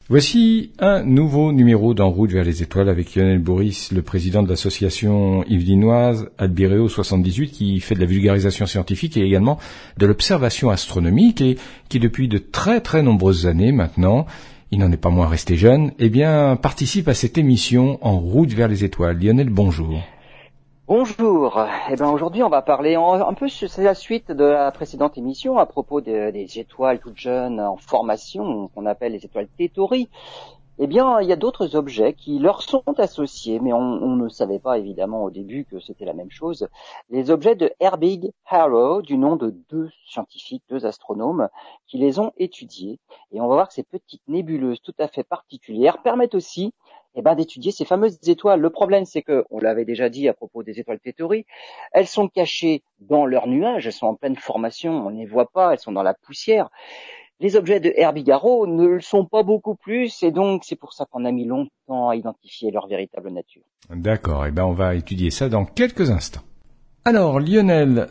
Voici un nouveau numéro d'En route vers les étoiles avec Lionel Bourris, le président de l'association yvelinoise Albireo 78, qui fait de la vulgarisation scientifique et également de l'observation astronomique et qui depuis de très très nombreuses années maintenant, il n'en est pas moins resté jeune, participe à cette émission En route vers les étoiles. Lionel, bonjour. Bonjour. Aujourd'hui, on va parler un peu, c'est la suite de la précédente émission à propos des étoiles toutes jeunes en formation, qu'on appelle les étoiles Thétaurie. Il y a d'autres objets qui leur sont associés, mais on ne savait pas évidemment au début que c'était la même chose. Les objets de Herbig-Haro, du nom de deux scientifiques, deux astronomes, qui les ont étudiés. Et on va voir que ces petites nébuleuses tout à fait particulières permettent aussi d'étudier ces fameuses étoiles. Le problème, c'est que, on l'avait déjà dit à propos des étoiles Thétaurie, elles sont cachées dans leurs nuages, elles sont en pleine formation, on ne les voit pas, elles sont dans la poussière. Les objets de Herbig-Haro ne le sont pas beaucoup plus, et donc c'est pour ça qu'on a mis longtemps à identifier leur véritable nature. D'accord, on va étudier ça dans quelques instants. Alors Lionel,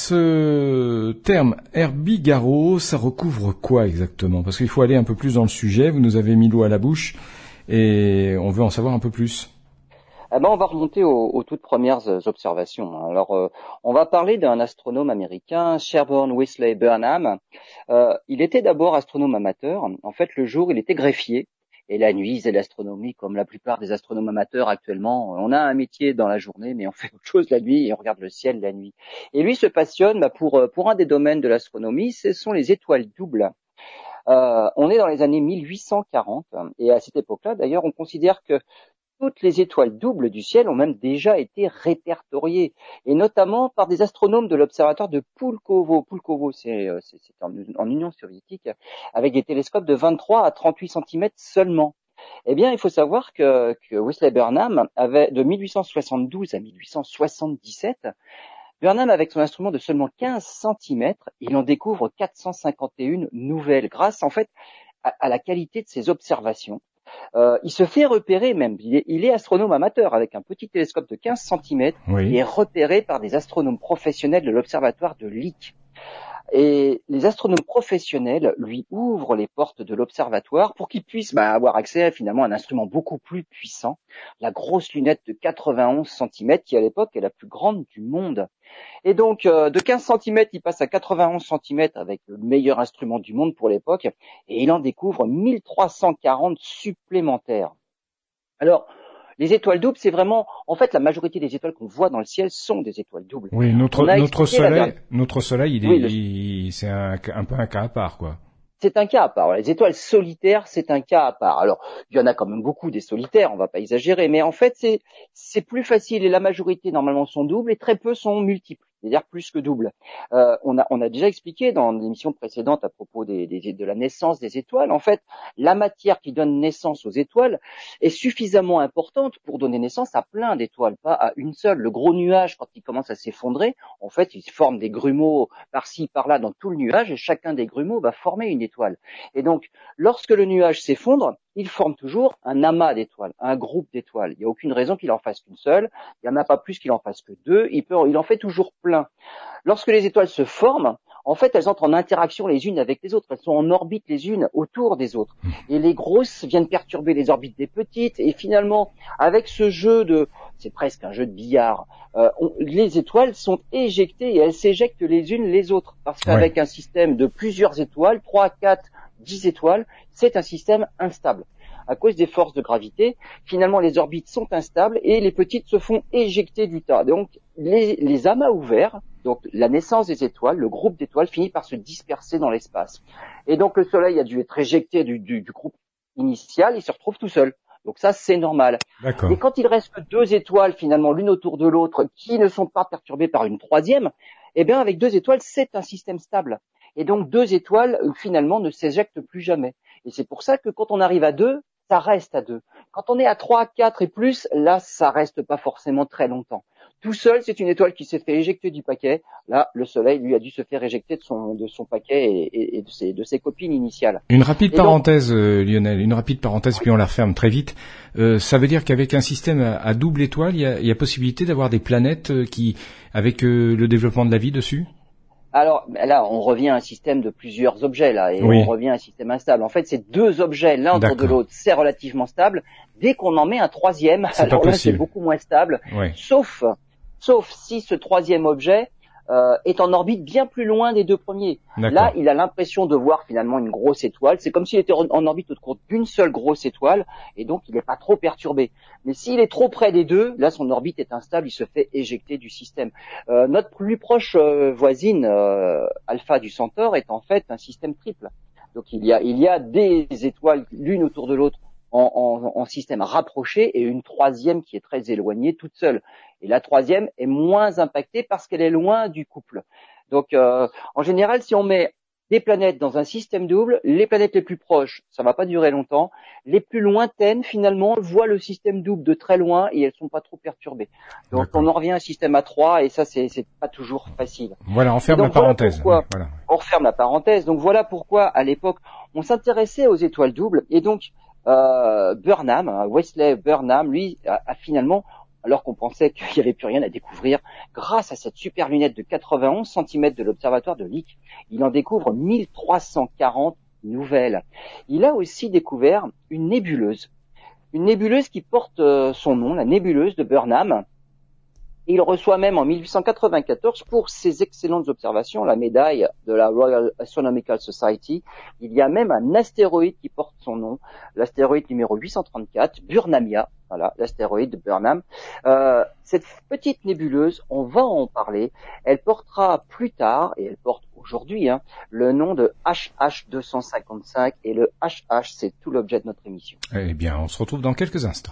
ce terme Herbig-Haro, ça recouvre quoi exactement? Parce qu'il faut aller un peu plus dans le sujet, vous nous avez mis l'eau à la bouche, et on veut en savoir un peu plus. On va remonter aux toutes premières observations. Alors, on va parler d'un astronome américain, Sherborne Wesley Burnham. Il était d'abord astronome amateur. En fait, le jour, il était greffier. Et la nuit, il faisait l'astronomie, comme la plupart des astronomes amateurs actuellement. On a un métier dans la journée, mais on fait autre chose la nuit et on regarde le ciel la nuit. Et lui se passionne pour un des domaines de l'astronomie, ce sont les étoiles doubles. On est dans les années 1840, et à cette époque-là, d'ailleurs, on considère que toutes les étoiles doubles du ciel ont même déjà été répertoriées, et notamment par des astronomes de l'observatoire de Pulkovo. Pulkovo, c'est en Union soviétique, avec des télescopes de 23 à 38 cm seulement. Il faut savoir que Wesley Burnham avait, de 1872 à 1877, Burnham, avec son instrument de seulement 15 cm, il en découvre 451 nouvelles, grâce en fait à la qualité de ses observations. Il se fait repérer même, il est astronome amateur avec un petit télescope de 15 cm, oui. Il est repéré par des astronomes professionnels de l'observatoire de Lick. Et les astronomes professionnels lui ouvrent les portes de l'observatoire pour qu'il puisse avoir accès finalement à un instrument beaucoup plus puissant, la grosse lunette de 91 cm qui à l'époque est la plus grande du monde. Et donc de 15 cm, il passe à 91 cm avec le meilleur instrument du monde pour l'époque, et il en découvre 1340 supplémentaires. Alors, les étoiles doubles, c'est vraiment, en fait, la majorité des étoiles qu'on voit dans le ciel sont des étoiles doubles. Oui, notre soleil, c'est un peu un cas à part, quoi. C'est un cas à part. Les étoiles solitaires, c'est un cas à part. Alors, il y en a quand même beaucoup des solitaires, on va pas exagérer, mais en fait, c'est plus facile, et la majorité, normalement, sont doubles, et très peu sont multiples, c'est-à-dire plus que doubles. On a déjà expliqué dans l'émission précédente à propos de la naissance des étoiles. En fait, la matière qui donne naissance aux étoiles est suffisamment importante pour donner naissance à plein d'étoiles, pas à une seule. Le gros nuage, quand il commence à s'effondrer, en fait, il forme des grumeaux par-ci, par-là dans tout le nuage, et chacun des grumeaux va former une étoile. Et donc, lorsque le nuage s'effondre, il forme toujours un amas d'étoiles, un groupe d'étoiles. Il n'y a aucune raison qu'il en fasse qu'une seule. Il n'y en a pas plus qu'il en fasse que deux. Il en fait toujours plein. Lorsque les étoiles se forment, en fait, elles entrent en interaction les unes avec les autres. Elles sont en orbite les unes autour des autres. Et les grosses viennent perturber les orbites des petites. Et finalement, avec ce c'est presque un jeu de billard, les étoiles sont éjectées et elles s'éjectent les unes les autres. Parce qu'avec un système de plusieurs étoiles, 3, 4, 10 étoiles, c'est un système instable. À cause des forces de gravité, finalement, les orbites sont instables et les petites se font éjecter du tas. Donc, les amas ouverts, donc la naissance des étoiles, le groupe d'étoiles finit par se disperser dans l'espace. Et donc, le Soleil a dû être éjecté du groupe initial, il se retrouve tout seul. Donc ça, c'est normal. D'accord. Et quand il reste que deux étoiles, finalement, l'une autour de l'autre, qui ne sont pas perturbées par une troisième, avec deux étoiles, c'est un système stable. Et donc, deux étoiles, finalement, ne s'éjectent plus jamais. Et c'est pour ça que quand on arrive à deux, ça reste à deux. Quand on est à 3, 4 et plus, là, ça reste pas forcément très longtemps. Tout seul, c'est une étoile qui s'est fait éjecter du paquet. Là, le Soleil, lui, a dû se faire éjecter de son paquet et de ses copines initiales. Une rapide parenthèse, Lionel, puis on la referme très vite. Ça veut dire qu'avec un système à double étoile, il y a possibilité d'avoir des planètes avec le développement de la vie dessus ? Alors là, on revient à un système de plusieurs objets là, et Oui. on revient à un système instable. En fait, c'est deux objets l'un autour de l'autre, c'est relativement stable. Dès qu'on en met un troisième, alors là, c'est beaucoup moins stable. Ouais. Sauf si ce troisième objet est en orbite bien plus loin des deux premiers. Là, il a l'impression de voir finalement une grosse étoile. C'est comme s'il était en orbite autour d'une seule grosse étoile, et donc il n'est pas trop perturbé. Mais s'il est trop près des deux, là, son orbite est instable, il se fait éjecter du système. Notre plus proche voisine, Alpha du Centaure, est en fait un système triple. Donc il y a des étoiles l'une autour de l'autre en système rapproché, et une troisième qui est très éloignée toute seule. Et la troisième est moins impactée parce qu'elle est loin du couple. Donc en général, si on met des planètes dans un système double, les planètes les plus proches, ça va pas durer longtemps. Les plus lointaines, finalement, voient le système double de très loin et elles sont pas trop perturbées. Donc on en revient à un système à 3 et ça c'est pas toujours facile. Voilà, on ferme la parenthèse. Voilà. On referme la parenthèse. Donc voilà pourquoi à l'époque on s'intéressait aux étoiles doubles, et donc Burnham, Wesley Burnham, lui, a finalement, alors qu'on pensait qu'il n'y avait plus rien à découvrir, grâce à cette super lunette de 91 cm de l'observatoire de Lick, il en découvre 1340 nouvelles. Il a aussi découvert une nébuleuse qui porte son nom, la nébuleuse de Burnham. Et il reçoit même en 1894 pour ses excellentes observations la médaille de la Royal Astronomical Society. Il y a même un astéroïde qui porte son nom, l'astéroïde numéro 834, Burnhamia, voilà, l'astéroïde de Burnham. Cette petite nébuleuse, on va en parler, elle portera plus tard, et elle porte aujourd'hui, le nom de HH255, et le HH, c'est tout l'objet de notre émission. Eh bien, on se retrouve dans quelques instants.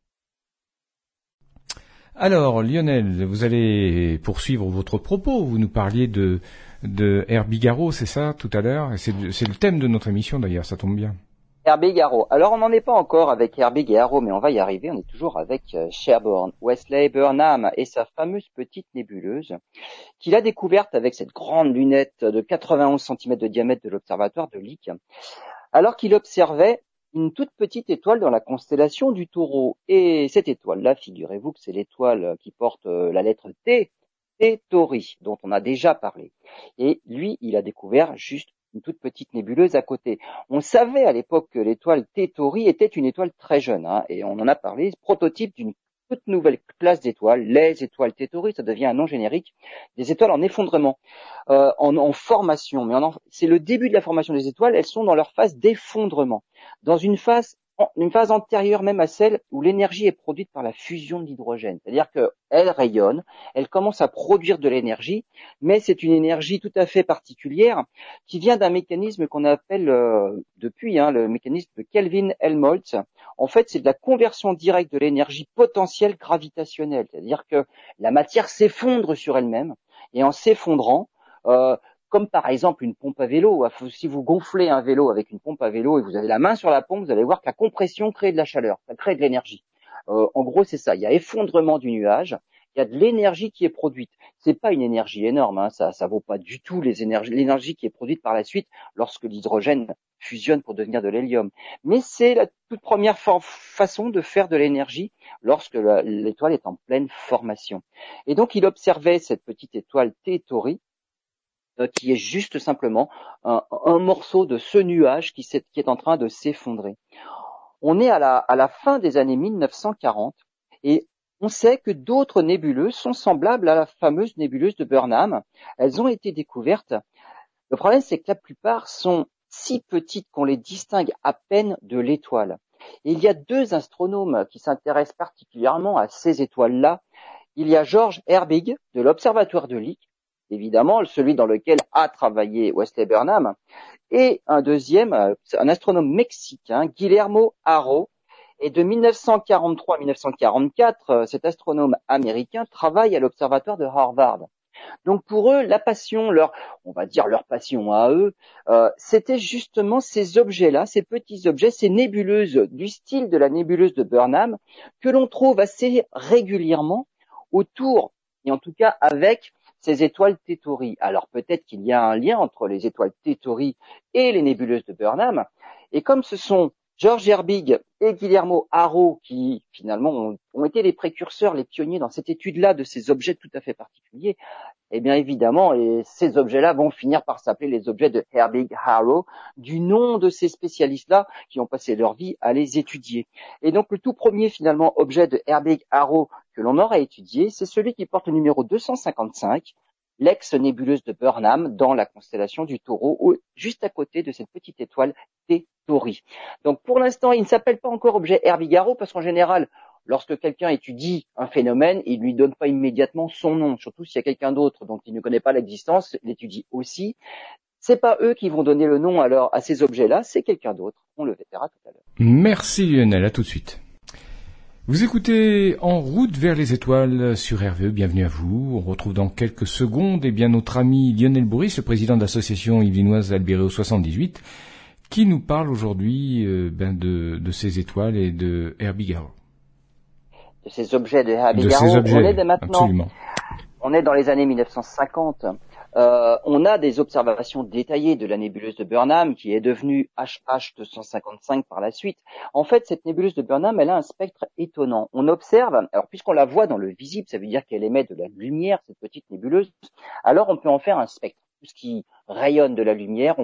Alors, Lionel, vous allez poursuivre votre propos. Vous nous parliez de Herbie-Garraud, c'est ça, tout à l'heure? Et c'est le thème de notre émission, d'ailleurs, ça tombe bien. Herbie-Garraud. Alors, on n'en est pas encore avec Herbie-Garraud, mais on va y arriver. On est toujours avec Sherborne Wesley Burnham et sa fameuse petite nébuleuse qu'il a découverte avec cette grande lunette de 91 cm de diamètre de l'observatoire de Lick, alors qu'il observait une toute petite étoile dans la constellation du Taureau. Et cette étoile-là, figurez-vous que c'est l'étoile qui porte la lettre T, Tauri, dont on a déjà parlé. Et lui, il a découvert juste une toute petite nébuleuse à côté. On savait à l'époque que l'étoile Tauri était une étoile très jeune, et on en a parlé, prototype d'une toute nouvelle classe d'étoiles, les étoiles Tauri, ça devient un nom générique, des étoiles en effondrement, en formation. Mais c'est le début de la formation des étoiles, elles sont dans leur phase d'effondrement, dans une phase antérieure même à celle où l'énergie est produite par la fusion de l'hydrogène. C'est-à-dire qu'elle rayonne, elle commence à produire de l'énergie, mais c'est une énergie tout à fait particulière qui vient d'un mécanisme qu'on appelle depuis le mécanisme de Kelvin-Helmholtz. En fait, c'est de la conversion directe de l'énergie potentielle gravitationnelle. C'est-à-dire que la matière s'effondre sur elle-même, et en s'effondrant, comme par exemple une pompe à vélo. Si vous gonflez un vélo avec une pompe à vélo et vous avez la main sur la pompe, vous allez voir que la compression crée de la chaleur, ça crée de l'énergie. En gros, c'est ça. Il y a effondrement du nuage, il y a de l'énergie qui est produite. C'est pas une énergie énorme, ça vaut pas du tout l'énergie qui est produite par la suite lorsque l'hydrogène fusionne pour devenir de l'hélium. Mais c'est la toute première façon de faire de l'énergie lorsque l'étoile est en pleine formation. Et donc, il observait cette petite étoile Tauri, qui est juste simplement un morceau de ce nuage qui est en train de s'effondrer. On est à la fin des années 1940 et on sait que d'autres nébuleuses sont semblables à la fameuse nébuleuse de Burnham. Elles ont été découvertes. Le problème, c'est que la plupart sont si petites qu'on les distingue à peine de l'étoile. Et il y a deux astronomes qui s'intéressent particulièrement à ces étoiles-là. Il y a George Herbig de l'Observatoire de Lick, évidemment, celui dans lequel a travaillé Wesley Burnham, et un deuxième, un astronome mexicain, Guillermo Haro. Et de 1943 à 1944, cet astronome américain travaille à l'Observatoire de Harvard. Donc pour eux, la passion, leur passion à eux, c'était justement ces objets-là, ces petits objets, ces nébuleuses du style de la nébuleuse de Burnham, que l'on trouve assez régulièrement autour, et en tout cas avec ces étoiles Tauri. Alors peut-être qu'il y a un lien entre les étoiles Tauri et les nébuleuses de Burnham, et comme ce sont George Herbig et Guillermo Haro, qui finalement ont été les précurseurs, les pionniers dans cette étude-là de ces objets tout à fait particuliers, eh bien évidemment, ces objets-là vont finir par s'appeler les objets de Herbig-Haro, du nom de ces spécialistes-là qui ont passé leur vie à les étudier. Et donc le tout premier finalement objet de Herbig-Haro que l'on aura étudié, c'est celui qui porte le numéro 255, l'ex-nébuleuse de Burnham dans la constellation du Taureau, juste à côté de cette petite étoile T Tauri. Donc pour l'instant, il ne s'appelle pas encore objet Herbig-Haro parce qu'en général, lorsque quelqu'un étudie un phénomène, il lui donne pas immédiatement son nom, surtout s'il y a quelqu'un d'autre dont il ne connaît pas l'existence, l'étudie aussi. C'est pas eux qui vont donner le nom alors à ces objets-là, c'est quelqu'un d'autre. On le verra tout à l'heure. Merci Lionel, à tout de suite. Vous écoutez En route vers les étoiles sur RVE, bienvenue à vous. On retrouve dans quelques secondes notre ami Lionel Bourris, le président de l'association illinoise Albireo 78, qui nous parle aujourd'hui de ces étoiles et de Herbig-Haro. De ces objets de Herbig-Haro, on est maintenant, absolument. On est dans les années 1950. On a des observations détaillées de la nébuleuse de Burnham qui est devenue HH255 par la suite. En fait, cette nébuleuse de Burnham, elle a un spectre étonnant. On observe, alors puisqu'on la voit dans le visible, ça veut dire qu'elle émet de la lumière, cette petite nébuleuse, alors on peut en faire un spectre. Tout ce qui rayonne de la lumière,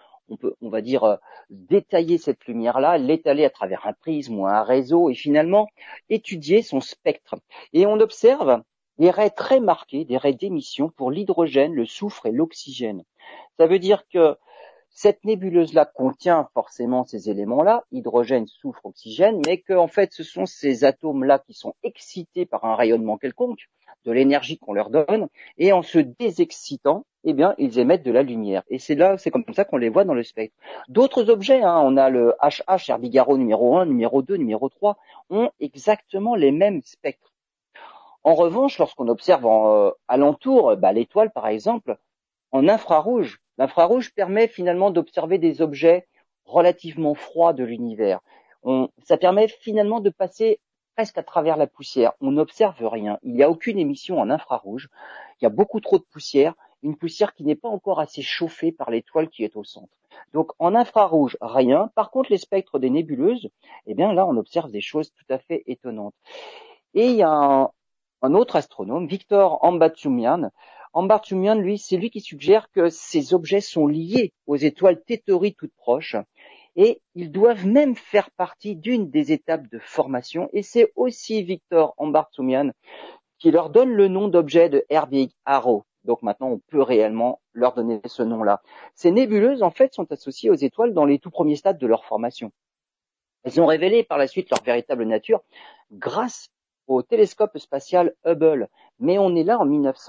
on va dire, détailler cette lumière-là, l'étaler à travers un prisme ou un réseau et finalement étudier son spectre. Et on observe des raies très marquées, des raies d'émission pour l'hydrogène, le soufre et l'oxygène. Ça veut dire que cette nébuleuse-là contient forcément ces éléments-là, hydrogène, soufre, oxygène, mais que en fait ce sont ces atomes-là qui sont excités par un rayonnement quelconque, de l'énergie qu'on leur donne, et en se désexcitant, eh bien, ils émettent de la lumière. Et c'est comme ça qu'on les voit dans le spectre. D'autres objets, on a le HH Herbig-Haro numéro 1, numéro 2, numéro 3, ont exactement les mêmes spectres. En revanche, lorsqu'on observe alentour, l'étoile par exemple, en infrarouge, l'infrarouge permet finalement d'observer des objets relativement froids de l'univers. Ça permet finalement de passer presque à travers la poussière. On n'observe rien. Il n'y a aucune émission en infrarouge. Il y a beaucoup trop de poussière, une poussière qui n'est pas encore assez chauffée par l'étoile qui est au centre. Donc en infrarouge, rien. Par contre, les spectres des nébuleuses, eh bien là, on observe des choses tout à fait étonnantes. Et il y a un autre astronome, Victor Ambartsumian. Ambartsumian, lui, c'est lui qui suggère que ces objets sont liés aux étoiles T Tauri toutes proches et ils doivent même faire partie d'une des étapes de formation. Et c'est aussi Victor Ambartsumian qui leur donne le nom d'objet de Herbig-Haro. Donc maintenant, on peut réellement leur donner ce nom-là. Ces nébuleuses, en fait, sont associées aux étoiles dans les tout premiers stades de leur formation. Elles ont révélé par la suite leur véritable nature grâce au télescope spatial Hubble. Mais on est là en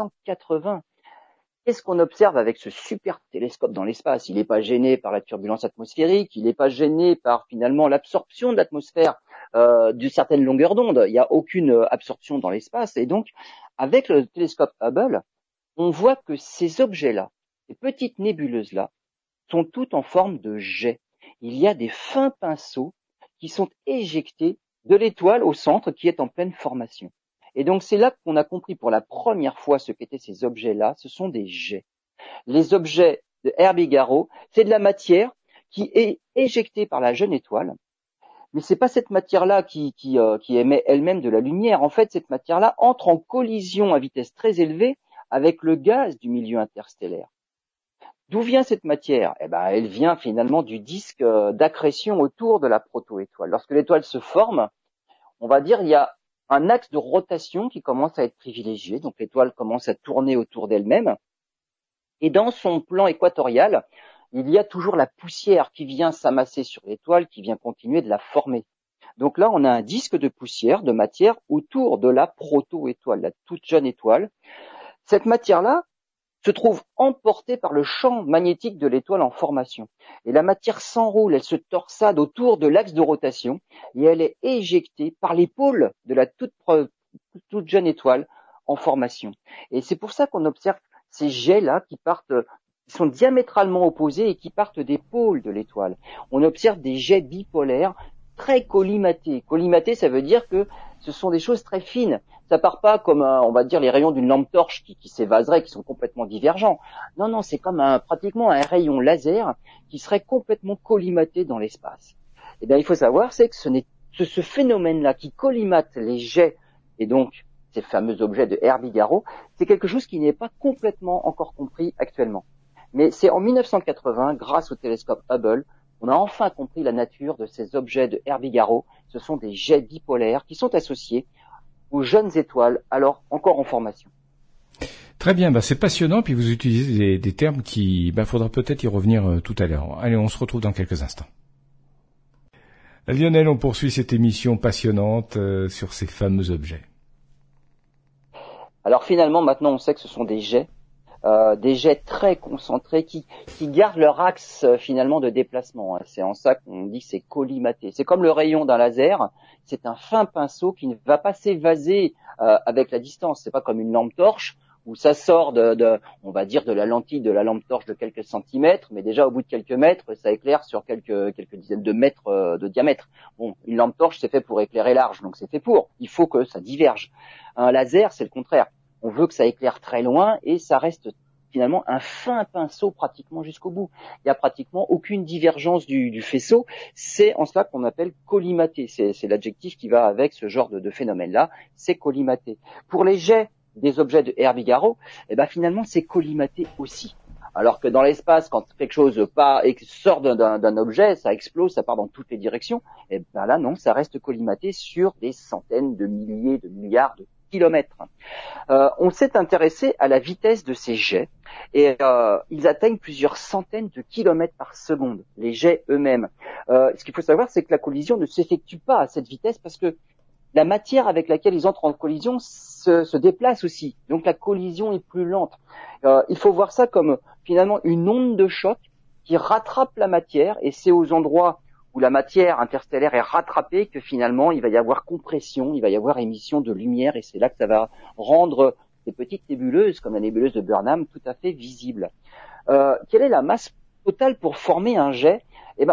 1980. Qu'est-ce qu'on observe avec ce super télescope dans l'espace? Il n'est pas gêné par la turbulence atmosphérique, il n'est pas gêné par finalement l'absorption de l'atmosphère d'une certaine longueur d'onde. Il n'y a aucune absorption dans l'espace. Et donc, avec le télescope Hubble, on voit que ces objets-là, ces petites nébuleuses-là, sont toutes en forme de jet. Il y a des fins pinceaux qui sont éjectés de l'étoile au centre qui est en pleine formation. Et donc c'est là qu'on a compris pour la première fois ce qu'étaient ces objets-là, ce sont des jets. Les objets de Herbig-Haro, c'est de la matière qui est éjectée par la jeune étoile, mais c'est pas cette matière-là qui émet elle-même de la lumière. En fait, cette matière-là entre en collision à vitesse très élevée avec le gaz du milieu interstellaire. D'où vient cette matière? Elle vient finalement du disque d'accrétion autour de la proto-étoile. Lorsque l'étoile se forme, on va dire il y a un axe de rotation qui commence à être privilégié. Donc l'étoile commence à tourner autour d'elle-même. Et dans son plan équatorial, il y a toujours la poussière qui vient s'amasser sur l'étoile, qui vient continuer de la former. Donc là, on a un disque de poussière, de matière autour de la proto-étoile, la toute jeune étoile. Cette matière-là se trouve emportée par le champ magnétique de l'étoile en formation. Et la matière s'enroule, elle se torsade autour de l'axe de rotation et elle est éjectée par les pôles de la toute jeune étoile en formation. Et c'est pour ça qu'on observe ces jets-là qui sont diamétralement opposés et qui partent des pôles de l'étoile. On observe des jets bipolaires très collimatés. Collimatés, ça veut dire que ce sont des choses très fines. Ça part pas comme, on va dire, les rayons d'une lampe torche qui s'évaseraient, qui sont complètement divergents. Non, c'est comme pratiquement un rayon laser qui serait complètement collimaté dans l'espace. Eh bien, il faut savoir, c'est que ce phénomène-là qui collimate les jets, et donc ces fameux objets de Herbig-Haro, c'est quelque chose qui n'est pas complètement encore compris actuellement. Mais c'est en 1980, grâce au télescope Hubble, on a enfin compris la nature de ces objets de Herbig-Haro. Ce sont des jets bipolaires qui sont associés aux jeunes étoiles, alors encore en formation. Très bien, c'est passionnant, puis vous utilisez des termes qui, faudra peut-être y revenir tout à l'heure. Allez, on se retrouve dans quelques instants. Lionel, on poursuit cette émission passionnante sur ces fameux objets. Alors finalement, maintenant, on sait que ce sont des jets très concentrés qui gardent leur axe finalement de déplacement. C'est en ça qu'on dit que c'est collimaté. C'est comme le rayon d'un laser, c'est un fin pinceau qui ne va pas s'évaser avec la distance. C'est pas comme une lampe torche où ça sort on va dire de la lentille de la lampe torche de quelques centimètres, mais déjà au bout de quelques mètres, ça éclaire sur quelques dizaines de mètres de diamètre. Bon, une lampe torche, c'est fait pour éclairer large, donc c'est fait pour. Il faut que ça diverge. Un laser, c'est le contraire. On veut que ça éclaire très loin et ça reste finalement un fin pinceau pratiquement jusqu'au bout. Il n'y a pratiquement aucune divergence du faisceau. C'est en cela qu'on appelle collimaté. C'est l'adjectif qui va avec ce genre de phénomène-là. C'est collimaté. Pour les jets des objets de Herbig-Haro, finalement c'est collimaté aussi. Alors que dans l'espace, quand quelque chose sort d'un objet, ça explose, ça part dans toutes les directions. Et là non, ça reste collimaté sur des centaines de milliers de milliards de kilomètres. On s'est intéressé à la vitesse de ces jets et ils atteignent plusieurs centaines de kilomètres par seconde, les jets eux-mêmes. Ce qu'il faut savoir, c'est que la collision ne s'effectue pas à cette vitesse parce que la matière avec laquelle ils entrent en collision se déplace aussi. Donc la collision est plus lente. Il faut voir ça comme finalement une onde de choc qui rattrape la matière et c'est aux endroits où la matière interstellaire est rattrapée que finalement il va y avoir compression, il va y avoir émission de lumière et c'est là que ça va rendre ces petites nébuleuses comme la nébuleuse de Burnham tout à fait visibles. Quelle est la masse totale pour former un jet ?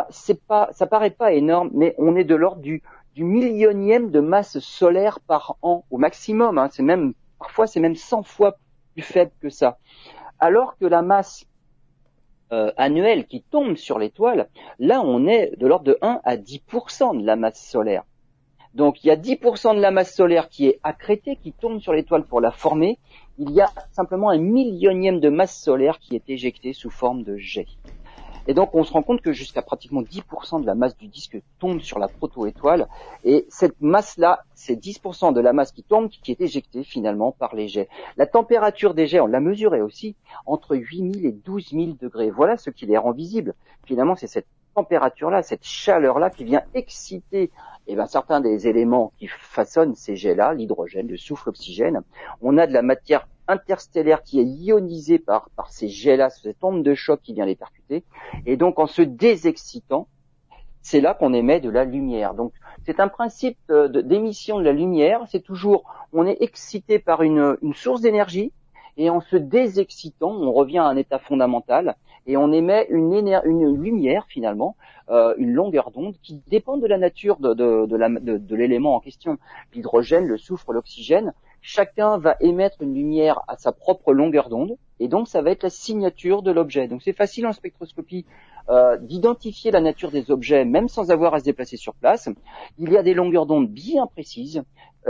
Ça paraît pas énorme, mais on est de l'ordre du millionième de masse solaire par an au maximum. Parfois c'est même 100 fois plus faible que ça. Alors que la masse annuelle qui tombe sur l'étoile, là on est de l'ordre de 1 à 10% de la masse solaire. Donc il y a 10% de la masse solaire qui est accrétée, qui tombe sur l'étoile pour la former. Il y a simplement un millionième de masse solaire qui est éjectée sous forme de jet. Et donc on se rend compte que jusqu'à pratiquement 10% de la masse du disque tombe sur la proto-étoile. Et cette masse-là, c'est 10% de la masse qui tombe qui est éjectée finalement par les jets. La température des jets, on l'a mesurée aussi, entre 8000 et 12000 degrés. Voilà ce qui les rend visibles. Finalement, c'est cette température-là, cette chaleur-là qui vient exciter certains des éléments qui façonnent ces jets-là, l'hydrogène, le soufre, l'oxygène. On a de la matière interstellaire qui est ionisée par ces jets-là, cette onde de choc qui vient les percuter. Et donc, en se désexcitant, c'est là qu'on émet de la lumière. Donc, c'est un principe d'émission de la lumière. C'est toujours, on est excité par une source d'énergie et en se désexcitant, on revient à un état fondamental et on émet une lumière finalement, une longueur d'onde qui dépend de la nature de l'élément en question. L'hydrogène, le soufre, l'oxygène, chacun va émettre une lumière à sa propre longueur d'onde et donc ça va être la signature de l'objet. Donc c'est facile en spectroscopie d'identifier la nature des objets même sans avoir à se déplacer sur place. Il y a des longueurs d'onde bien précises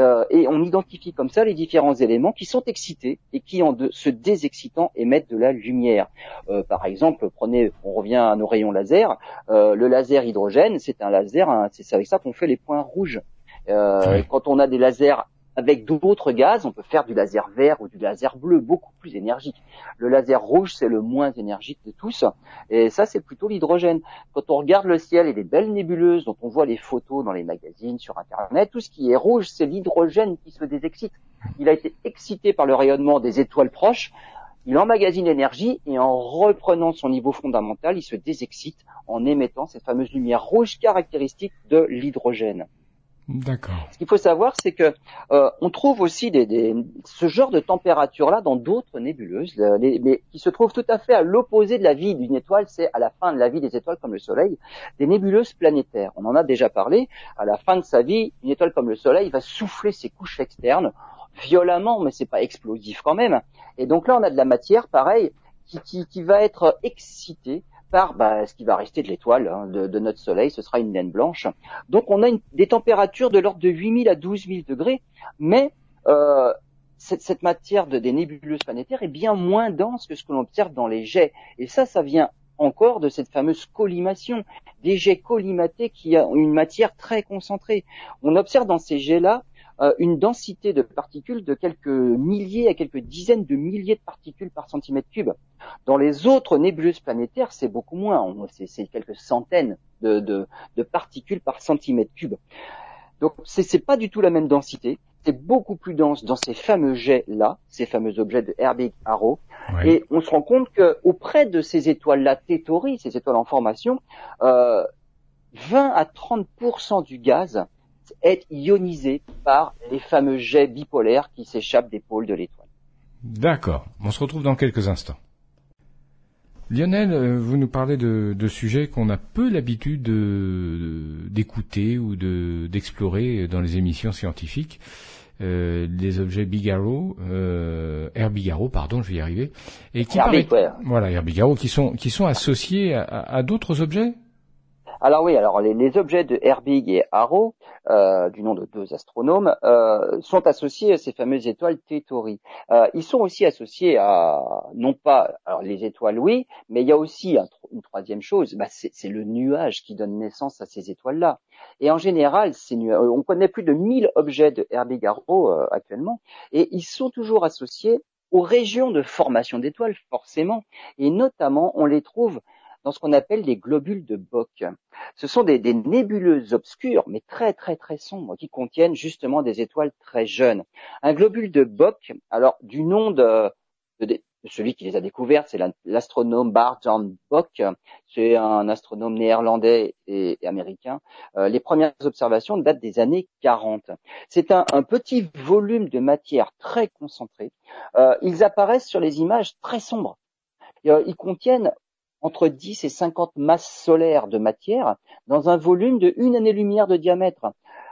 et on identifie comme ça les différents éléments qui sont excités et qui en se désexcitant émettent de la lumière. Par exemple, on revient à nos rayons laser, le laser hydrogène, c'est un laser, c'est avec ça qu'on fait les points rouges. Oui. Quand on a des lasers avec d'autres gaz, on peut faire du laser vert ou du laser bleu, beaucoup plus énergique. Le laser rouge, c'est le moins énergique de tous, et ça, c'est plutôt l'hydrogène. Quand on regarde le ciel et les belles nébuleuses dont on voit les photos dans les magazines, sur Internet, tout ce qui est rouge, c'est l'hydrogène qui se désexcite. Il a été excité par le rayonnement des étoiles proches, il emmagasine l'énergie et en reprenant son niveau fondamental, il se désexcite en émettant cette fameuse lumière rouge caractéristique de l'hydrogène. D'accord. Ce qu'il faut savoir, c'est que on trouve aussi ce genre de température-là dans d'autres nébuleuses, mais qui se trouvent tout à fait à l'opposé de la vie d'une étoile. C'est à la fin de la vie des étoiles comme le Soleil, des nébuleuses planétaires. On en a déjà parlé. À la fin de sa vie, une étoile comme le Soleil va souffler ses couches externes violemment, mais c'est pas explosif quand même. Et donc là, on a de la matière, pareil, qui va être excitée par ce qui va rester de l'étoile, hein, de notre Soleil, ce sera une naine blanche. Donc on a des températures de l'ordre de 8000 à 12000 degrés, mais cette matière des nébuleuses planétaires est bien moins dense que ce que l'on observe dans les jets. Et ça vient encore de cette fameuse collimation, des jets collimatés qui ont une matière très concentrée. On observe dans ces jets-là une densité de particules de quelques milliers à quelques dizaines de milliers de particules par centimètre cube. Dans les autres nébuleuses planétaires, c'est beaucoup moins, c'est quelques centaines de particules par centimètre cube. Donc c'est pas du tout la même densité, c'est beaucoup plus dense dans ces fameux jets-là, ces fameux objets de Herbig-Haro, ouais. Et on se rend compte que auprès de ces étoiles-là, T-Tauri, ces étoiles en formation, 20 à 30% du gaz est ionisé par les fameux jets bipolaires qui s'échappent des pôles de l'étoile. D'accord, on se retrouve dans quelques instants. Lionel, vous nous parlez de sujets qu'on a peu l'habitude d'écouter ou d'explorer dans les émissions scientifiques. Des objets Herbig-Haro, pardon, je vais y arriver, et qui voilà, Herbig-Haro, qui sont associés à d'autres objets. Alors oui, les objets de Herbig et Haro, du nom de deux astronomes, sont associés à ces fameuses étoiles T-Tauri. Ils sont aussi associés à, non pas, alors les étoiles oui, mais il y a aussi une troisième chose, c'est le nuage qui donne naissance à ces étoiles-là. Et en général, on connaît plus de 1000 objets de Herbig-Haro actuellement, et ils sont toujours associés aux régions de formation d'étoiles, forcément, et notamment on les trouve dans ce qu'on appelle les globules de Bock. Ce sont des nébuleuses obscures, mais très très très sombres, qui contiennent justement des étoiles très jeunes. Un globule de Bock, alors du nom de celui qui les a découvertes, c'est l'astronome Bart-Jan Bock, c'est un astronome néerlandais et américain. Les premières observations datent des années 40. C'est un petit volume de matière très concentré. Ils apparaissent sur les images très sombres. Ils contiennent entre 10 et 50 masses solaires de matière dans un volume de 1 année-lumière de diamètre.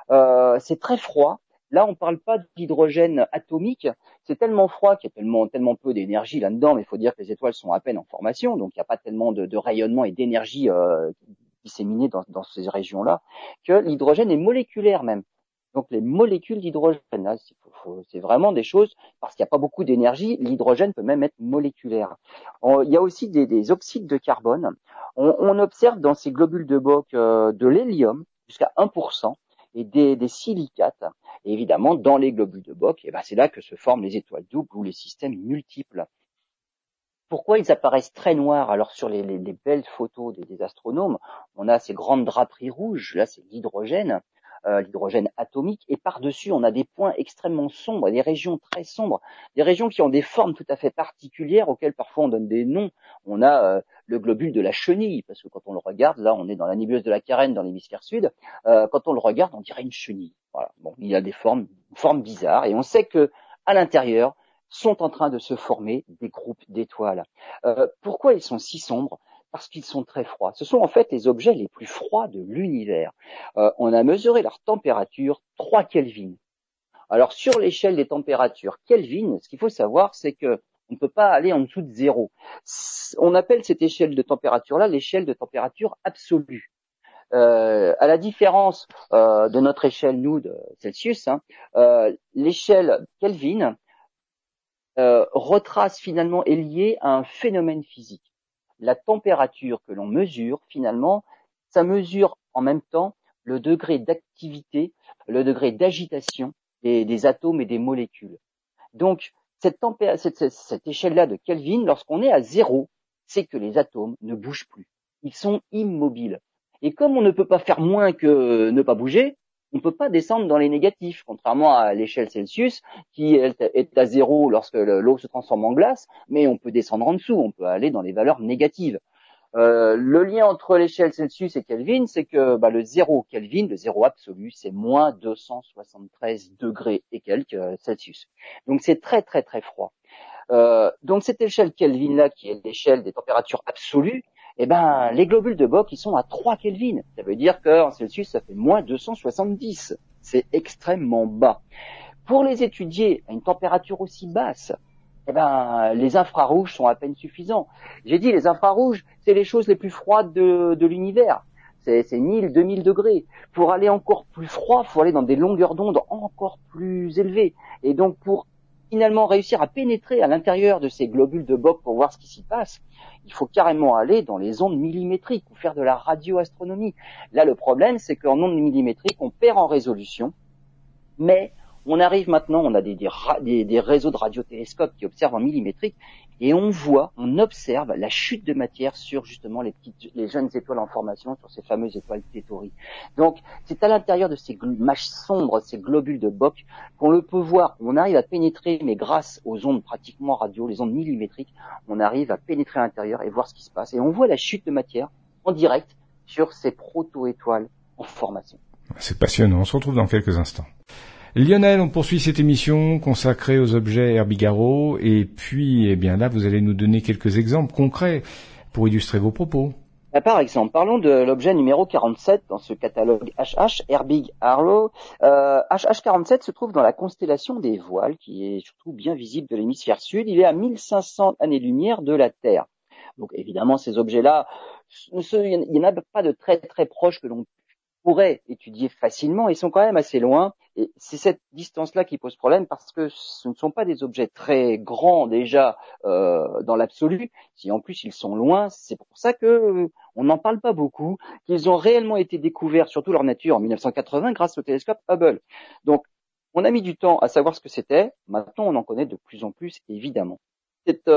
C'est très froid. Là, on ne parle pas d'hydrogène atomique. C'est tellement froid qu'il y a tellement peu d'énergie là-dedans, mais il faut dire que les étoiles sont à peine en formation, donc il n'y a pas tellement de rayonnement et d'énergie disséminée dans ces régions-là, que l'hydrogène est moléculaire même. Donc les molécules d'hydrogène, là, c'est vraiment des choses, parce qu'il n'y a pas beaucoup d'énergie, l'hydrogène peut même être moléculaire. Il y a aussi des oxydes de carbone. On observe dans ces globules de Bock de l'hélium jusqu'à 1% et des silicates. Et évidemment, dans les globules de Bock, c'est là que se forment les étoiles doubles ou les systèmes multiples. Pourquoi ils apparaissent très noirs? Alors sur les belles photos des astronomes, on a ces grandes draperies rouges, là c'est l'hydrogène atomique, et par-dessus on a des points extrêmement sombres, des régions très sombres, des régions qui ont des formes tout à fait particulières auxquelles parfois on donne des noms. On a le globule de la chenille, parce que quand on le regarde, là on est dans la nébuleuse de la Carène dans l'hémisphère sud, quand on le regarde on dirait une chenille. Voilà. Bon, il y a des formes bizarres, et on sait que à l'intérieur sont en train de se former des groupes d'étoiles. Pourquoi ils sont si sombres? Parce qu'ils sont très froids. Ce sont en fait les objets les plus froids de l'univers. On a mesuré leur température 3 Kelvin. Alors sur l'échelle des températures Kelvin, ce qu'il faut savoir, c'est que on ne peut pas aller en dessous de 0. On appelle cette échelle de température-là l'échelle de température absolue. À la différence de notre échelle, nous, de Celsius, l'échelle Kelvin retrace finalement, est liée à un phénomène physique. La température que l'on mesure, finalement, ça mesure en même temps le degré d'activité, le degré d'agitation des atomes et des molécules. Donc, cette échelle-là de Kelvin, lorsqu'on est à 0, c'est que les atomes ne bougent plus. Ils sont immobiles. Et comme on ne peut pas faire moins que ne pas bouger, on ne peut pas descendre dans les négatifs, contrairement à l'échelle Celsius, qui est à 0 lorsque l'eau se transforme en glace, mais on peut descendre en dessous, on peut aller dans les valeurs négatives. Le lien entre l'échelle Celsius et Kelvin, c'est que le 0 Kelvin, le 0 absolu, c'est moins 273 degrés et quelques Celsius. Donc c'est très très très froid. Donc cette échelle Kelvin-là, qui est l'échelle des températures absolues, les globules de Bock, ils sont à 3 Kelvin. Ça veut dire qu'en Celsius, ça fait moins 270. C'est extrêmement bas. Pour les étudier à une température aussi basse, eh ben, les infrarouges sont à peine suffisants. J'ai dit, les infrarouges, c'est les choses les plus froides de l'univers. C'est 1000, 2000 degrés. Pour aller encore plus froid, il faut aller dans des longueurs d'onde encore plus élevées. Et donc, pour finalement réussir à pénétrer à l'intérieur de ces globules de Bock pour voir ce qui s'y passe, il faut carrément aller dans les ondes millimétriques ou faire de la radioastronomie. Là, le problème, c'est qu'en ondes millimétriques, on perd en résolution, mais on arrive maintenant, on a des réseaux de radiotélescopes qui observent en millimétrique, et on observe la chute de matière sur justement les jeunes étoiles en formation, sur ces fameuses étoiles Thétaurie. Donc, c'est à l'intérieur de ces mâches sombres, ces globules de Bock, qu'on le peut voir. On arrive à pénétrer, mais grâce aux ondes pratiquement radio, les ondes millimétriques, on arrive à pénétrer à l'intérieur et voir ce qui se passe. Et on voit la chute de matière en direct sur ces proto-étoiles en formation. C'est passionnant. On se retrouve dans quelques instants. Lionel, on poursuit cette émission consacrée aux objets Herbig-Haro, et puis, eh bien là, vous allez nous donner quelques exemples concrets pour illustrer vos propos. Par exemple, parlons de l'objet numéro 47 dans ce catalogue HH, Herbig-Haro. HH47 se trouve dans la constellation des Voiles, qui est surtout bien visible de l'hémisphère sud. Il est à 1500 années-lumière de la Terre. Donc évidemment, ces objets-là, il n'y en a pas de très très proches que l'on pourrait étudier facilement, ils sont quand même assez loin, et c'est cette distance-là qui pose problème parce que ce ne sont pas des objets très grands déjà dans l'absolu. Si en plus ils sont loin, c'est pour ça que on n'en parle pas beaucoup, qu'ils ont réellement été découverts, surtout leur nature, en 1980 grâce au télescope Hubble. Donc on a mis du temps à savoir ce que c'était, maintenant on en connaît de plus en plus évidemment. C'est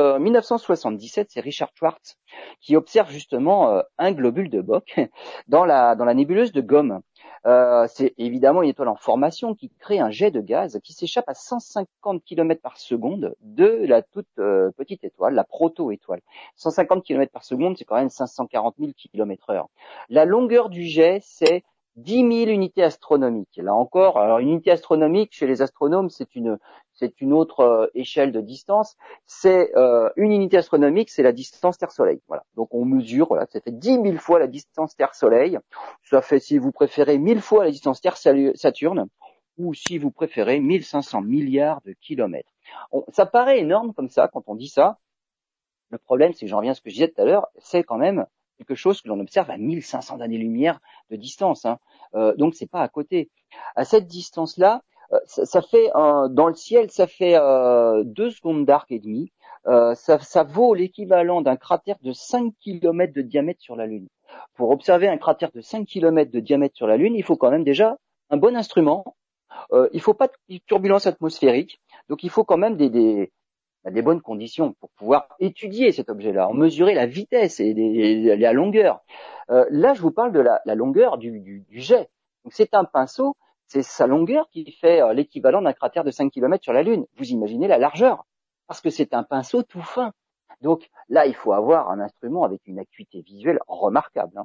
1977, c'est Richard Schwartz qui observe justement un globule de Bock dans la nébuleuse de Gomme. C'est évidemment une étoile en formation qui crée un jet de gaz qui s'échappe à 150 km par seconde de la toute petite étoile, la proto-étoile. 150 km par seconde, c'est quand même 540 000 km/h. La longueur du jet, c'est 10 000 unités astronomiques. Là encore, alors une unité astronomique chez les astronomes, c'est une autre échelle de distance. C'est une unité astronomique, c'est la distance Terre-Soleil. Voilà. Donc on mesure, voilà, ça fait 10 000 fois la distance Terre-Soleil. Ça fait, si vous préférez, 1000 fois la distance Terre-Saturne, ou si vous préférez, 1500 milliards de kilomètres. Ça paraît énorme comme ça quand on dit ça. Le problème, c'est que j'en reviens à ce que je disais tout à l'heure, c'est quand même quelque chose que l'on observe à 1500 années-lumière de distance. Donc c'est pas à côté. À cette distance-là, ça fait dans le ciel, ça fait 2 secondes d'arc et demi. Ça vaut l'équivalent d'un cratère de 5 km de diamètre sur la Lune. Pour observer un cratère de 5 km de diamètre sur la Lune, il faut quand même déjà un bon instrument. Il faut pas de turbulence atmosphérique. Donc il faut quand même des bonnes conditions pour pouvoir étudier cet objet-là, en mesurer la vitesse et la longueur. Là, je vous parle de la longueur du jet. Donc, c'est un pinceau, c'est sa longueur qui fait l'équivalent d'un cratère de 5 km sur la Lune. Vous imaginez la largeur, parce que c'est un pinceau tout fin. Donc là, il faut avoir un instrument avec une acuité visuelle remarquable.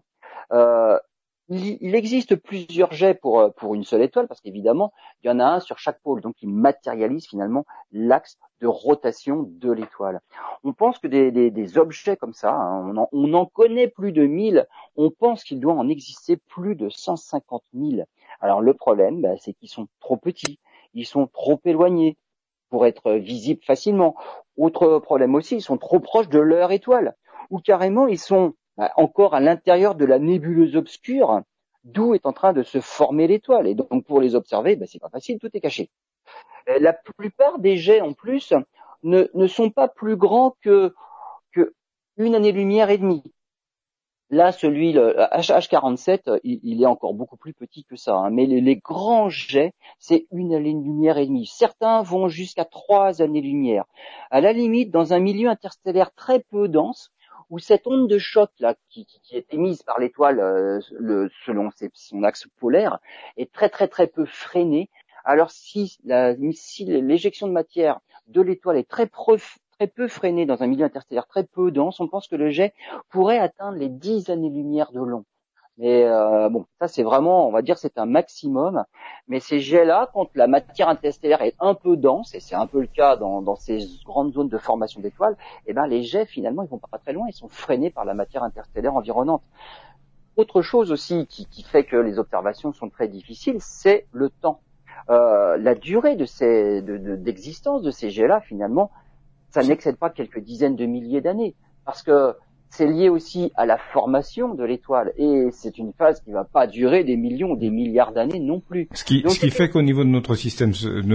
Il existe plusieurs jets pour une seule étoile, parce qu'évidemment, il y en a un sur chaque pôle, donc il matérialise finalement l'axe de rotation de l'étoile. On pense que des objets comme ça, on en connaît plus de 1000, on pense qu'il doit en exister plus de 150 000. Alors le problème, c'est qu'ils sont trop petits, ils sont trop éloignés pour être visibles facilement. Autre problème aussi, ils sont trop proches de leur étoile, ou carrément ils sont encore à l'intérieur de la nébuleuse obscure, d'où est en train de se former l'étoile. Et donc pour les observer, c'est pas facile, tout est caché. La plupart des jets en plus ne sont pas plus grands que une année-lumière et demie. Là, le HH47, il est encore beaucoup plus petit que ça. Mais les grands jets, c'est une année-lumière et demie. Certains vont jusqu'à 3 années-lumière. À la limite, dans un milieu interstellaire très peu dense, où cette onde de choc là qui est émise par l'étoile selon son axe polaire est très très très peu freinée. Alors si l'éjection de matière de l'étoile est très peu freinée dans un milieu interstellaire très peu dense, on pense que le jet pourrait atteindre les 10 années-lumière de long. Mais ça c'est vraiment, on va dire, c'est un maximum. Mais ces jets-là, quand la matière interstellaire est un peu dense, et c'est un peu le cas dans ces grandes zones de formation d'étoiles, les jets finalement ils vont pas très loin, ils sont freinés par la matière interstellaire environnante. Autre chose aussi qui fait que les observations sont très difficiles, c'est le temps. La durée d'existence de ces jets-là finalement, ça n'excède pas quelques dizaines de milliers d'années, parce que c'est lié aussi à la formation de l'étoile, et c'est une phase qui va pas durer des millions ou des milliards d'années non plus. Ce qui fait qu'au niveau de notre système,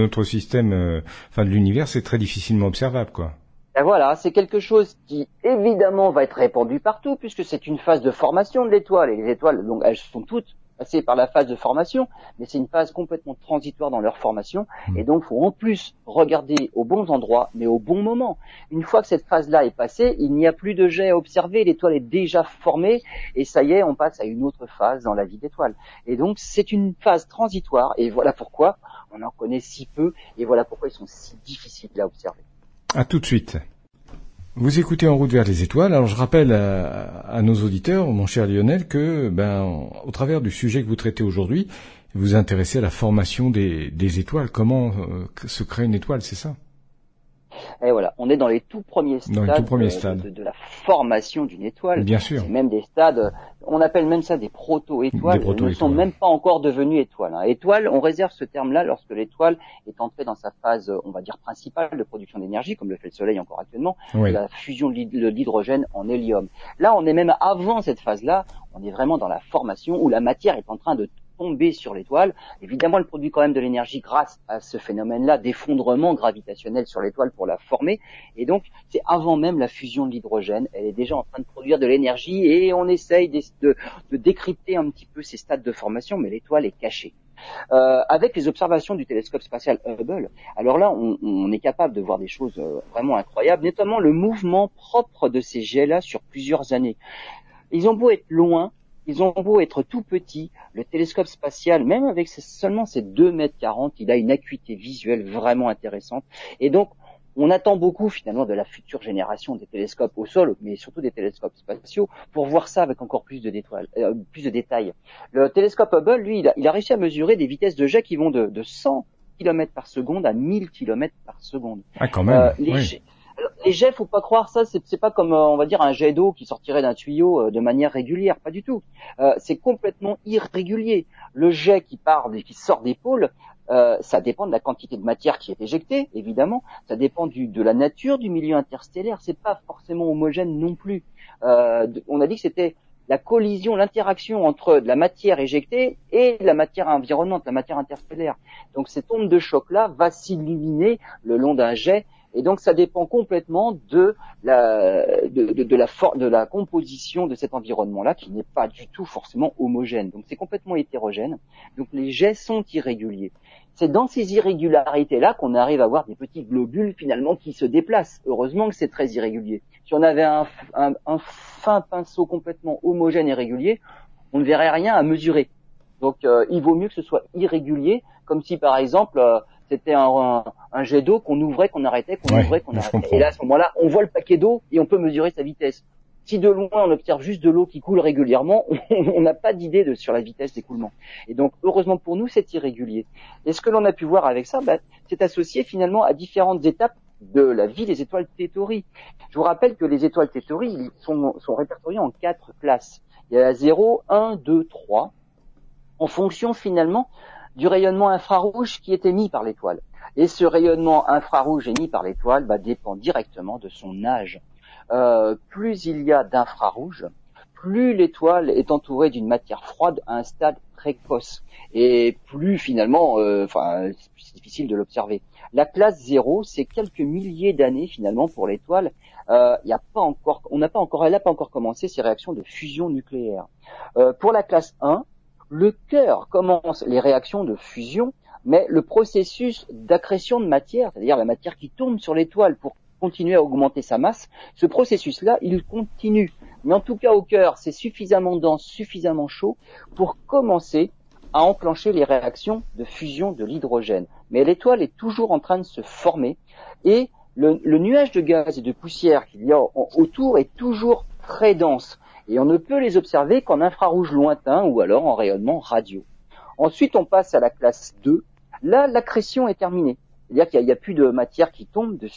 enfin de l'univers, c'est très difficilement observable, quoi. Et voilà, c'est quelque chose qui évidemment va être répandu partout, puisque c'est une phase de formation de l'étoile, et les étoiles, donc elles sont toutes passées par la phase de formation, mais c'est une phase complètement transitoire dans leur formation, et donc faut en plus regarder aux bons endroits, mais au bon moment. Une fois que cette phase-là est passée, il n'y a plus de jet à observer, l'étoile est déjà formée, et ça y est, on passe à une autre phase dans la vie d'étoile. Et donc c'est une phase transitoire, et voilà pourquoi on en connaît si peu, et voilà pourquoi ils sont si difficiles à observer. À tout de suite. Vous écoutez En route vers les étoiles. Alors je rappelle à nos auditeurs, mon cher Lionel, que au travers du sujet que vous traitez aujourd'hui, vous vous intéressez à la formation des étoiles. Comment se crée une étoile, c'est ça? Et voilà, on est dans les tout premiers stades, de la formation d'une étoile. Bien sûr. C'est même des stades, on appelle même ça des proto-étoiles. Elles ne sont même pas encore devenues étoiles. Étoile, on réserve ce terme-là lorsque l'étoile est entrée dans sa phase, on va dire, principale de production d'énergie, comme le fait le Soleil encore actuellement, la fusion de l'hydrogène en hélium. Là, on est même avant cette phase-là, on est vraiment dans la formation où la matière est en train de tomber sur l'étoile. Évidemment, elle produit quand même de l'énergie grâce à ce phénomène-là d'effondrement gravitationnel sur l'étoile pour la former. Et donc, c'est avant même la fusion de l'hydrogène. Elle est déjà en train de produire de l'énergie et on essaye de décrypter un petit peu ces stades de formation, mais l'étoile est cachée. Avec les observations du télescope spatial Hubble, alors là, on est capable de voir des choses vraiment incroyables, notamment le mouvement propre de ces jets-là sur plusieurs années. Ils ont beau être loin, ils ont beau être tout petits, le télescope spatial, même avec seulement ses 2,40 mètres, il a une acuité visuelle vraiment intéressante. Et donc, on attend beaucoup finalement de la future génération des télescopes au sol, mais surtout des télescopes spatiaux, pour voir ça avec encore plus de détails. Le télescope Hubble, lui, il a réussi à mesurer des vitesses de jet qui vont de 100 km par seconde à 1000 km par seconde. Ah, quand même. Les jets, faut pas croire ça, c'est pas comme on va dire un jet d'eau qui sortirait d'un tuyau de manière régulière, pas du tout. C'est complètement irrégulier. Le jet qui sort des pôles, ça dépend de la quantité de matière qui est éjectée, évidemment. Ça dépend de la nature du milieu interstellaire. C'est pas forcément homogène non plus. On a dit que c'était la collision, l'interaction entre de la matière éjectée et la matière environnante, la matière interstellaire. Donc cette onde de choc-là va s'illuminer le long d'un jet. Et donc ça dépend complètement de la composition de cet environnement-là, qui n'est pas du tout forcément homogène. Donc c'est complètement hétérogène. Donc les jets sont irréguliers. C'est dans ces irrégularités-là qu'on arrive à voir des petits globules finalement qui se déplacent. Heureusement que c'est très irrégulier. Si on avait un fin pinceau complètement homogène et régulier, on ne verrait rien à mesurer. Donc il vaut mieux que ce soit irrégulier, comme si par exemple c'était un jet d'eau qu'on ouvrait, qu'on arrêtait, qu'on ouvrait, qu'on arrêtait. Et là, à ce moment-là, on voit le paquet d'eau et on peut mesurer sa vitesse. Si de loin, on observe juste de l'eau qui coule régulièrement, on n'a pas d'idée sur la vitesse d'écoulement. Et donc, heureusement pour nous, c'est irrégulier. Et ce que l'on a pu voir avec ça, c'est associé finalement à différentes étapes de la vie des étoiles Thétaurie. Je vous rappelle que les étoiles Thétaurie sont répertoriées en 4 classes. Il y a la 0, 1, 2, 3, en fonction finalement du rayonnement infrarouge qui est émis par l'étoile. Et ce rayonnement infrarouge émis par l'étoile dépend directement de son âge. Plus il y a d'infrarouge, plus l'étoile est entourée d'une matière froide à un stade précoce. Et plus finalement, c'est difficile de l'observer. La classe 0, c'est quelques milliers d'années finalement pour l'étoile. Elle n'a pas encore commencé ses réactions de fusion nucléaire. Pour la classe 1, le cœur commence les réactions de fusion, mais le processus d'accrétion de matière, c'est-à-dire la matière qui tourne sur l'étoile pour continuer à augmenter sa masse, ce processus-là, il continue. Mais en tout cas, au cœur, c'est suffisamment dense, suffisamment chaud pour commencer à enclencher les réactions de fusion de l'hydrogène. Mais l'étoile est toujours en train de se former et le nuage de gaz et de poussière qu'il y a autour est toujours très dense. Et on ne peut les observer qu'en infrarouge lointain ou alors en rayonnement radio. Ensuite, on passe à la classe 2. Là, l'accrétion est terminée. C'est-à-dire qu'il n'y a plus de matière qui tombe dessus.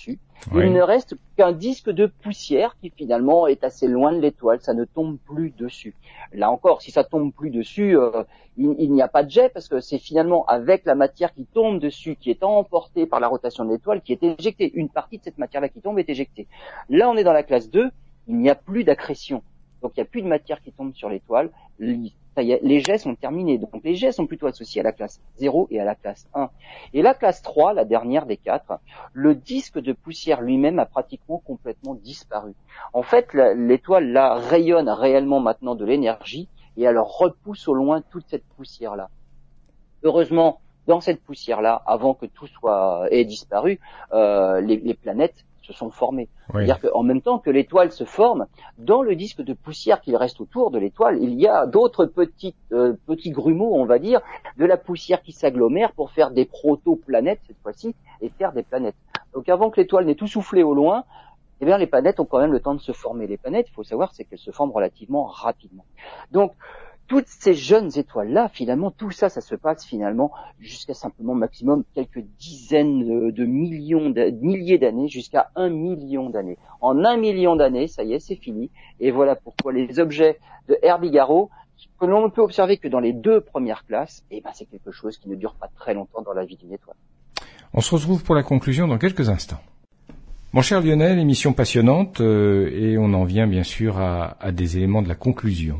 Oui. Il ne reste qu'un disque de poussière qui finalement est assez loin de l'étoile, ça ne tombe plus dessus. Là encore, si ça tombe plus dessus, il n'y a pas de jet parce que c'est finalement avec la matière qui tombe dessus, qui est emportée par la rotation de l'étoile, qui est éjectée. Une partie de cette matière-là qui tombe est éjectée. Là, on est dans la classe 2, il n'y a plus d'accrétion. Donc il n'y a plus de matière qui tombe sur l'étoile. Ça y est, les jets sont terminés. Donc les jets sont plutôt associés à la classe 0 et à la classe 1. Et la classe 3, la dernière des 4, le disque de poussière lui-même a pratiquement complètement disparu. En fait, l'étoile là rayonne réellement maintenant de l'énergie et elle repousse au loin toute cette poussière-là. Heureusement, dans cette poussière-là, avant que tout ait disparu, les planètes se sont formées. Oui. C'est-à-dire qu'en même temps que l'étoile se forme, dans le disque de poussière qui reste autour de l'étoile, il y a d'autres petits grumeaux, on va dire, de la poussière qui s'agglomèrent pour faire des protoplanètes cette fois-ci et faire des planètes. Donc avant que l'étoile n'ait tout soufflé au loin, eh bien les planètes ont quand même le temps de se former. Les planètes, il faut savoir, c'est qu'elles se forment relativement rapidement. Donc toutes ces jeunes étoiles-là, finalement, tout ça, ça se passe finalement jusqu'à simplement maximum quelques dizaines de milliers d'années, jusqu'à 1 million d'années. En 1 million d'années, ça y est, c'est fini. Et voilà pourquoi les objets de Herbig-Aron, que l'on ne peut observer que dans les 2 premières classes, eh ben c'est quelque chose qui ne dure pas très longtemps dans la vie d'une étoile. On se retrouve pour la conclusion dans quelques instants. Mon cher Lionel, émission passionnante, et on en vient bien sûr à des éléments de la conclusion.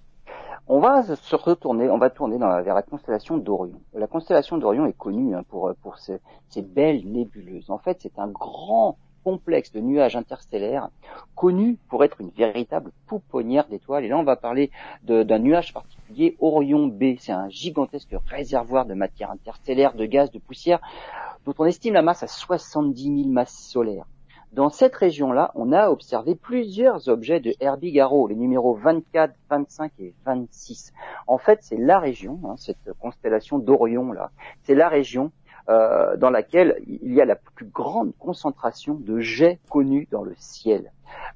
On va tourner vers la constellation d'Orion. La constellation d'Orion est connue pour ces belles nébuleuses. En fait, c'est un grand complexe de nuages interstellaires connu pour être une véritable pouponnière d'étoiles. Et là, on va parler d'un nuage particulier, Orion B. C'est un gigantesque réservoir de matière interstellaire, de gaz, de poussière, dont on estime la masse à 70 000 masses solaires. Dans cette région-là, on a observé plusieurs objets de Herbig-Aron, les numéros 24, 25 et 26. En fait, c'est la région, cette constellation d'Orion-là, c'est la région dans laquelle il y a la plus grande concentration de jets connus dans le ciel.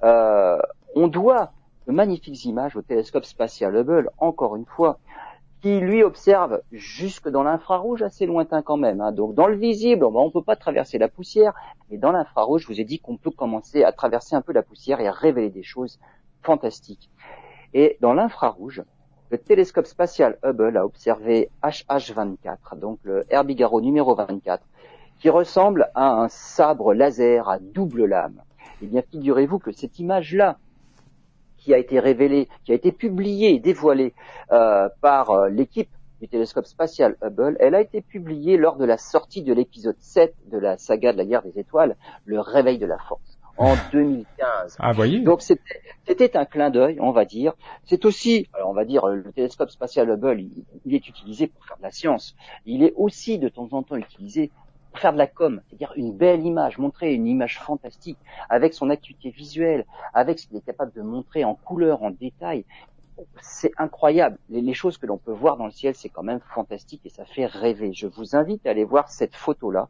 On doit de magnifiques images au télescope spatial Hubble, encore une fois, qui lui observe jusque dans l'infrarouge assez lointain quand même. Donc dans le visible, on peut pas traverser la poussière, mais dans l'infrarouge, je vous ai dit qu'on peut commencer à traverser un peu la poussière et à révéler des choses fantastiques. Et dans l'infrarouge, le télescope spatial Hubble a observé HH24, donc le Herbig-Aron numéro 24, qui ressemble à un sabre laser à double lame. Eh bien, figurez-vous que cette image-là, qui a été révélée, qui a été publiée et dévoilée par l'équipe du télescope spatial Hubble, elle a été publiée lors de la sortie de l'épisode 7 de la saga de la guerre des étoiles, le réveil de la force, en 2015. Ah, voyez. Donc c'était un clin d'œil, on va dire. C'est aussi, alors on va dire, le télescope spatial Hubble, il est utilisé pour faire de la science. Il est aussi de temps en temps utilisé pour faire de la com, c'est-à-dire une belle image, montrer une image fantastique avec son acuité visuelle, avec ce qu'il est capable de montrer en couleur, en détail. C'est incroyable. Les choses que l'on peut voir dans le ciel, c'est quand même fantastique et ça fait rêver. Je vous invite à aller voir cette photo-là,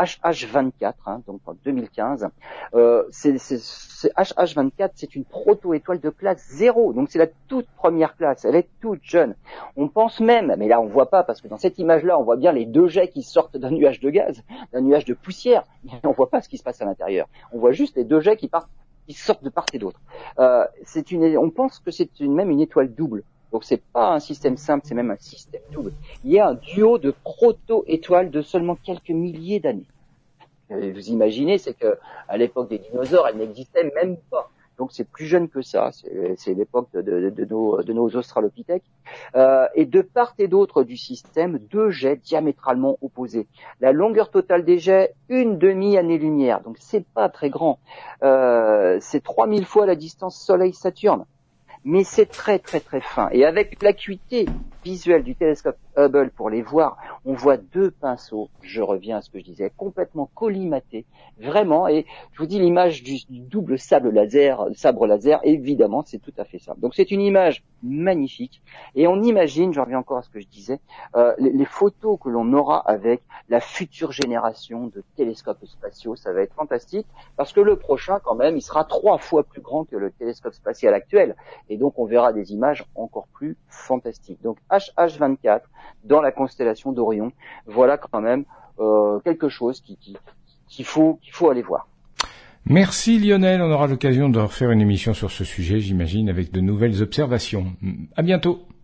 HH24, donc en 2015. HH24, c'est une proto-étoile de classe 0, donc c'est la toute première classe. Elle est toute jeune. On pense même, mais là on voit pas parce que dans cette image-là, on voit bien les 2 jets qui sortent d'un nuage de gaz, d'un nuage de poussière. Mais on voit pas ce qui se passe à l'intérieur. On voit juste les 2 jets qui sortent de part et d'autre. On pense que c'est même une étoile double. Donc c'est pas un système simple, c'est même un système double. Il y a un duo de proto-étoiles de seulement quelques milliers d'années. Vous imaginez, c'est que à l'époque des dinosaures, elles n'existaient même pas. Donc c'est plus jeune que ça. C'est l'époque de nos australopithèques. Et de part et d'autre du système, 2 jets diamétralement opposés. La longueur totale des jets, une demi-année-lumière. Donc c'est pas très grand. C'est 3000 fois la distance Soleil-Saturne. Mais c'est très très très fin. Et avec l'acuité visuelle du télescope Hubble pour les voir, on voit 2 pinceaux, je reviens à ce que je disais, complètement collimatés, vraiment, et je vous dis l'image du double sabre laser, évidemment, c'est tout à fait ça. Donc c'est une image magnifique, et on imagine, je reviens encore à ce que je disais, les photos que l'on aura avec la future génération de télescopes spatiaux, ça va être fantastique, parce que le prochain, quand même, il sera 3 fois plus grand que le télescope spatial actuel, et donc on verra des images encore plus fantastiques. Donc HH24 dans la constellation d'Orion, voilà quand même quelque chose qu'il faut aller voir. Merci Lionel, on aura l'occasion de refaire une émission sur ce sujet, j'imagine, avec de nouvelles observations. À bientôt.